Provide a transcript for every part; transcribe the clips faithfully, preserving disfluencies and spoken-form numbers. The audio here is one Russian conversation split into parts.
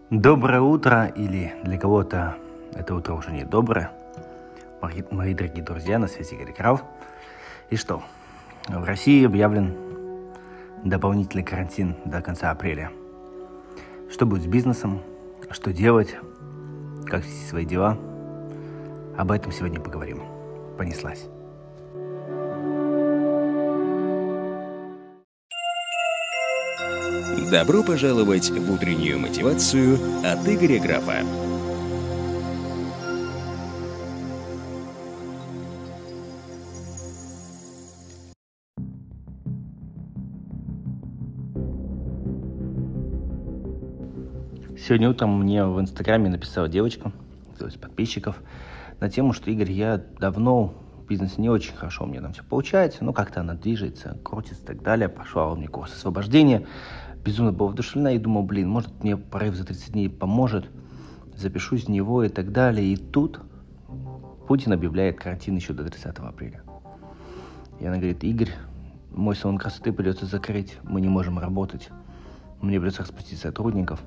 Доброе утро, или для кого-то это утро уже не доброе. Мои, мои дорогие друзья, на связи Игорь Крав. И что? В России объявлен дополнительный карантин до конца апреля. Что будет с бизнесом? Что делать? Как вести свои дела? Об этом сегодня поговорим. Понеслась. Добро пожаловать в утреннюю мотивацию от Игоря Графа. Сегодня утром мне в Инстаграме написала девочка, то есть подписчиков, на тему, что Игорь, я давно в бизнесе не очень хорошо, у меня там все получается, но как-то она движется, крутится и так далее. Прошла у меня курс освобождения, безумно была вдохновлена и думал, блин, может мне прорыв за тридцать дней поможет, запишусь в него и так далее. И тут Путин объявляет карантин еще до тридцатого апреля. И она говорит, Игорь, мой салон красоты придется закрыть, мы не можем работать, мне придется распустить сотрудников,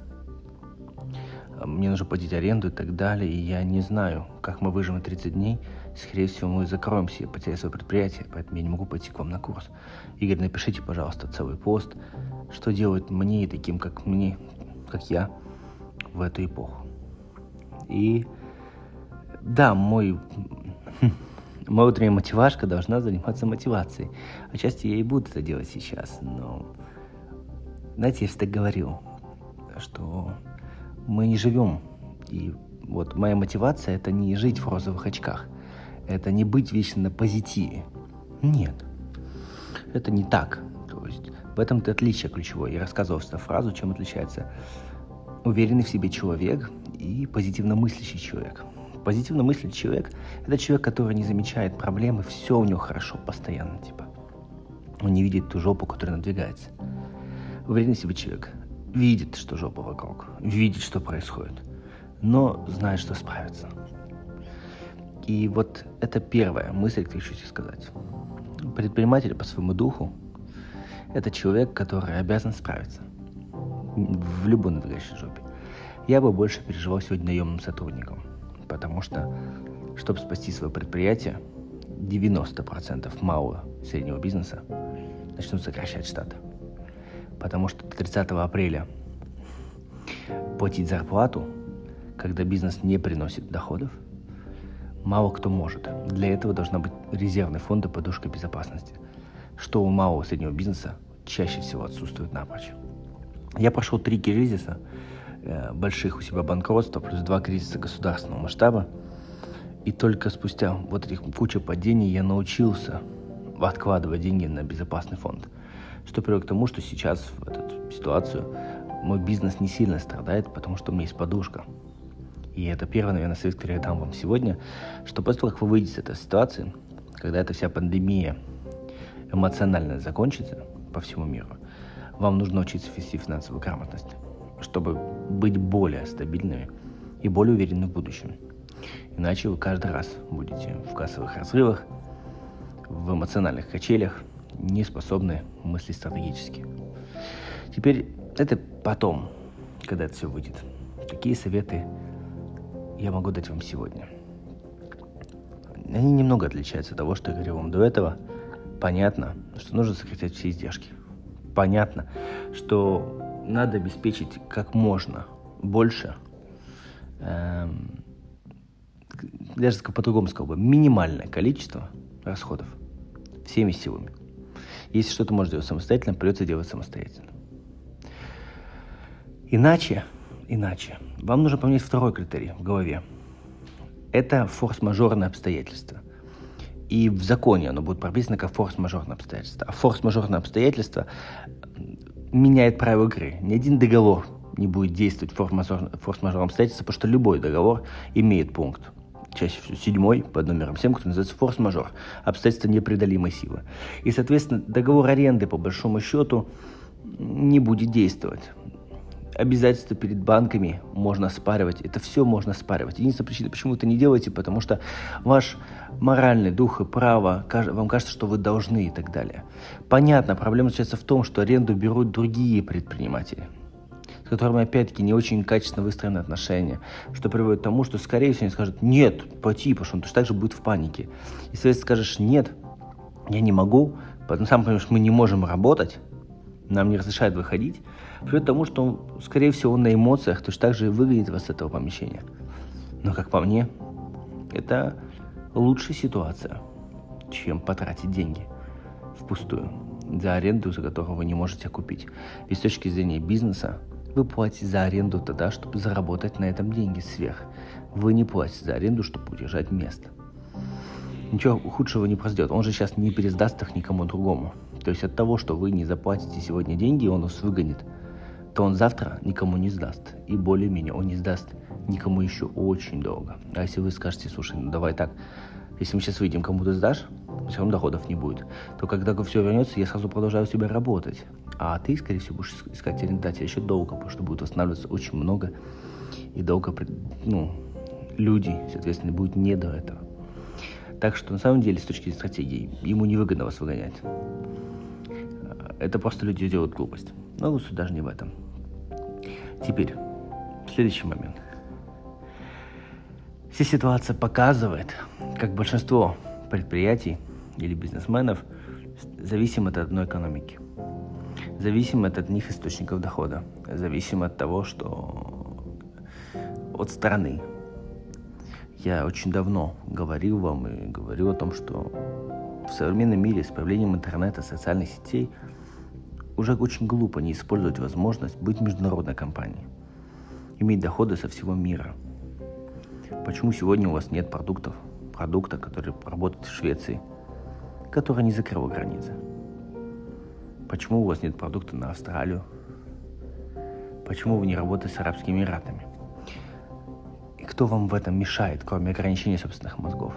мне нужно платить аренду и так далее, и я не знаю, как мы выживем тридцать дней, скорее всего, мы закроемся и потеряем свое предприятие, поэтому я не могу пойти к вам на курс. Игорь, напишите, пожалуйста, целый пост, что делать мне и таким, как мне, как я, в эту эпоху. И да, мой, моя утренняя мотивашка должна заниматься мотивацией. Отчасти я и буду это делать сейчас, но, знаете, я всегда говорил, что мы не живем, и вот моя мотивация – это не жить в розовых очках, это не быть вечно на позитиве. Нет, это не так. То есть в этом-то отличие ключевое. Я рассказывал всегда фразу, чем отличается уверенный в себе человек и позитивно мыслящий человек. Позитивно мыслящий человек – это человек, который не замечает проблемы, все у него хорошо постоянно, типа. Он не видит ту жопу, которая надвигается. Уверенный в себе человек видит, что жопа вокруг, видит, что происходит, но знает, что справится. И вот это первая мысль, которую я хочу сказать. Предприниматель по своему духу – это человек, который обязан справиться в любой надвигающей жопе. Я бы больше переживал сегодня наемным сотрудникам, потому что, чтобы спасти свое предприятие, девяносто процентов малого и среднего бизнеса начнут сокращать штат. Потому что до тридцатого апреля платить зарплату, когда бизнес не приносит доходов, мало кто может. Для этого должна быть резервный фонд и подушка безопасности, что у малого и среднего бизнеса чаще всего отсутствует напрочь. Я прошел три кризиса э, больших у себя банкротства, плюс два кризиса государственного масштаба, и только спустя вот этих кучу падений я научился откладывать деньги на безопасный фонд, что привело к тому, что сейчас в эту ситуацию мой бизнес не сильно страдает, потому что у меня есть подушка. И это первый, наверное, совет, который я дам вам сегодня, что после того, как вы выйдете из этой ситуации, когда эта вся пандемия эмоционально закончится по всему миру, вам нужно научиться вести финансовую грамотность, чтобы быть более стабильными и более уверенными в будущем. Иначе вы каждый раз будете в кассовых разрывах, в эмоциональных качелях, не способны мыслить стратегически. Теперь это потом, когда это все выйдет. Какие советы я могу дать вам сегодня? Они немного отличаются от того, что я говорил вам до этого. Понятно, что нужно сократить все издержки. Понятно, что надо обеспечить как можно больше, эм, даже по-другому сказал бы, минимальное количество расходов всеми силами. Если что-то можно делать самостоятельно, придется делать самостоятельно. Иначе, иначе, вам нужно поменять второй критерий в голове. Это форс-мажорные обстоятельства. И в законе оно будет прописано как форс-мажорные обстоятельства. А форс-мажорные обстоятельства меняет правила игры. Ни один договор не будет действовать форс-мажорным обстоятельством, потому что любой договор имеет пункт, чаще всего седьмой, под номером семь, который называется форс-мажор, обстоятельства непреодолимой силы. И, соответственно, договор аренды, по большому счету, не будет действовать. Обязательства перед банками можно оспаривать, это все можно оспаривать. Единственная причина, почему вы это не делаете, потому что ваш моральный дух и право, вам кажется, что вы должны и так далее. Понятно, проблема заключается в том, что аренду берут другие предприниматели, с которыми, опять-таки, не очень качественно выстроены отношения, что приводит к тому, что, скорее всего, они скажут «нет, пойти», потому что он точно так же будет в панике. Если ты скажешь «нет, я не могу», потому что сам понимаешь, мы не можем работать, нам не разрешают выходить, приводит к тому, что, он, скорее всего, он на эмоциях точно так же и выгонит вас с этого помещения. Но, как по мне, это лучшая ситуация, чем потратить деньги впустую за аренду, за которую вы не можете купить. Ведь с точки зрения бизнеса вы платите за аренду тогда, чтобы заработать на этом деньги сверх. Вы не платите за аренду, чтобы удержать место. Ничего худшего не произойдет. Он же сейчас не пересдаст их никому другому. То есть от того, что вы не заплатите сегодня деньги, он вас выгонит, то он завтра никому не сдаст. И более-менее он не сдаст никому еще очень долго. А если вы скажете, слушай, ну давай так, если мы сейчас выйдем, кому-то сдашь, все равно доходов не будет, то когда все вернется, я сразу продолжаю у себя работать. А ты, скорее всего, будешь искать арендателя еще долго, потому что будет восстанавливаться очень много. И долго, ну, люди, соответственно, будет не до этого. Так что, на самом деле, с точки зрения стратегии, ему невыгодно вас выгонять. Это просто люди делают глупость. Но суть даже не в этом. Теперь, следующий момент. Вся ситуация показывает, как большинство предприятий или бизнесменов зависимы от одной экономики. Зависимы от одних источников дохода. Зависимы от того, что от страны. Я очень давно говорил вам и говорю о том, что в современном мире с появлением интернета, социальных сетей уже очень глупо не использовать возможность быть международной компанией, иметь доходы со всего мира. Почему сегодня у вас нет продуктов, продукта, который работает в Швеции, который не закрыл границы? Почему у вас нет продукта на Австралию? Почему вы не работаете с Арабскими Эмиратами? И кто вам в этом мешает, кроме ограничения собственных мозгов?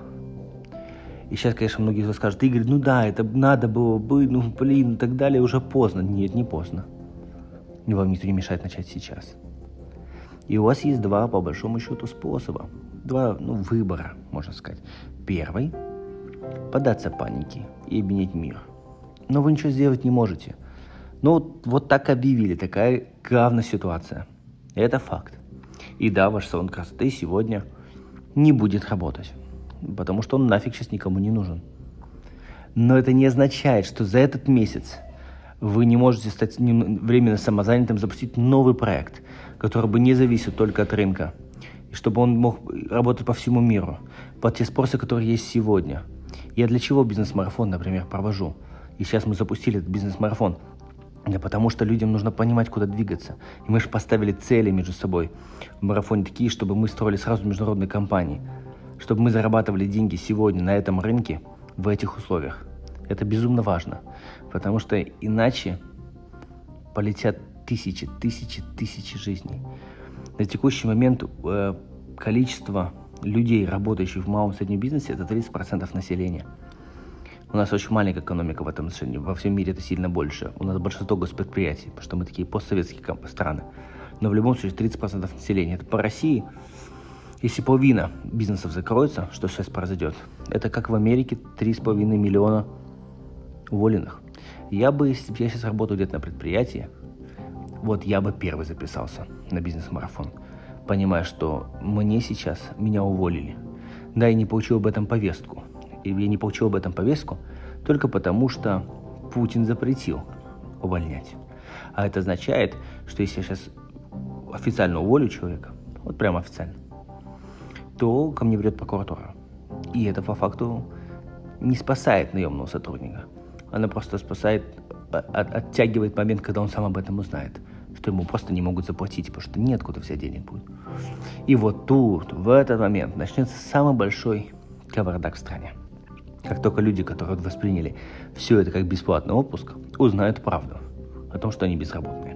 И сейчас, конечно, многие скажут: Игорь, ну да, это надо было бы, ну блин, и так далее, уже поздно. Нет, не поздно. И вам никто не мешает начать сейчас. И у вас есть два, по большому счету, способа. Два, ну, выбора, можно сказать. Первый – поддаться панике и обвинить мир. Но вы ничего сделать не можете. Ну, вот, вот так объявили, такая главная ситуация. Это факт. И да, ваш салон красоты сегодня не будет работать, потому что он нафиг сейчас никому не нужен. Но это не означает, что за этот месяц вы не можете стать временно самозанятым, запустить новый проект, который бы не зависел только от рынка, и чтобы он мог работать по всему миру, под те спросы, которые есть сегодня. Я для чего бизнес-марафон, например, провожу? И сейчас мы запустили этот бизнес-марафон. Да потому что людям нужно понимать, куда двигаться. И мы же поставили цели между собой в марафоне такие, чтобы мы строили сразу международные компании, чтобы мы зарабатывали деньги сегодня на этом рынке в этих условиях. Это безумно важно, потому что иначе полетят тысячи, тысячи, тысячи жизней. На текущий момент э, количество людей, работающих в малом и среднем бизнесе, это тридцать процентов населения. У нас очень маленькая экономика в этом отношении. Во всем мире это сильно больше. У нас большинство госпредприятий, потому что мы такие постсоветские страны. Но в любом случае тридцать процентов населения. Это по России. Если половина бизнесов закроется, что сейчас произойдет, это как в Америке три с половиной миллиона уволенных. Я бы, если бы я сейчас работал где-то на предприятии, вот я бы первый записался на бизнес-марафон, понимая, что мне сейчас, меня уволили. Да, я не получил об этом повестку. И я не получил об этом повестку только потому, что Путин запретил увольнять. А это означает, что если я сейчас официально уволю человека, вот прямо официально, то ко мне придет прокуратура. И это по факту не спасает наемного сотрудника. Она просто спасает, от, оттягивает момент, когда он сам об этом узнает, что ему просто не могут заплатить, потому что неоткуда взять денег будет. И вот тут, в этот момент, начнется самый большой кавардак в стране. Как только люди, которые восприняли все это как бесплатный отпуск, узнают правду о том, что они безработные.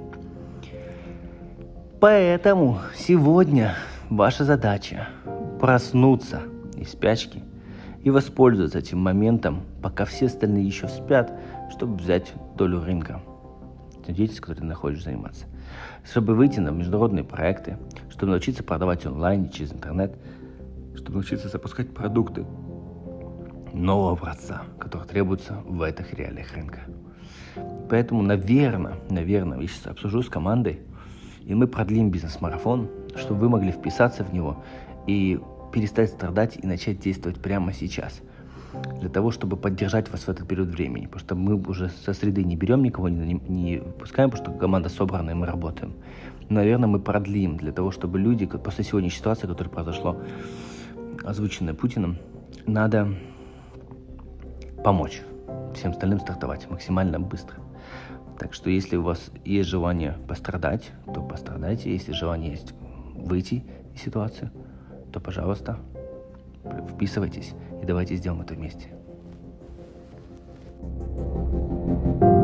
Поэтому сегодня ваша задача проснуться из спячки и воспользоваться этим моментом, пока все остальные еще спят, чтобы взять долю рынка, деятельность, которой ты находишь, заниматься. Чтобы выйти на международные проекты, чтобы научиться продавать онлайн через интернет, чтобы научиться запускать продукты нового образца, который требуется в этих реалиях рынка. Поэтому, наверное, наверное, я сейчас обсужу с командой И мы продлим бизнес-марафон, чтобы вы могли вписаться в него и перестать страдать и начать действовать прямо сейчас. Для того, чтобы поддержать вас в этот период времени. Потому что мы уже со среды не берем никого, не, не пускаем, потому что команда собрана, и мы работаем. Наверное, мы продлим для того, чтобы люди, после сегодняшней ситуации, которая произошла, озвученная Путиным, надо помочь всем остальным стартовать максимально быстро. Так что если у вас есть желание пострадать, то пострадайте. Если желание есть выйти из ситуации, то, пожалуйста, вписывайтесь и давайте сделаем это вместе.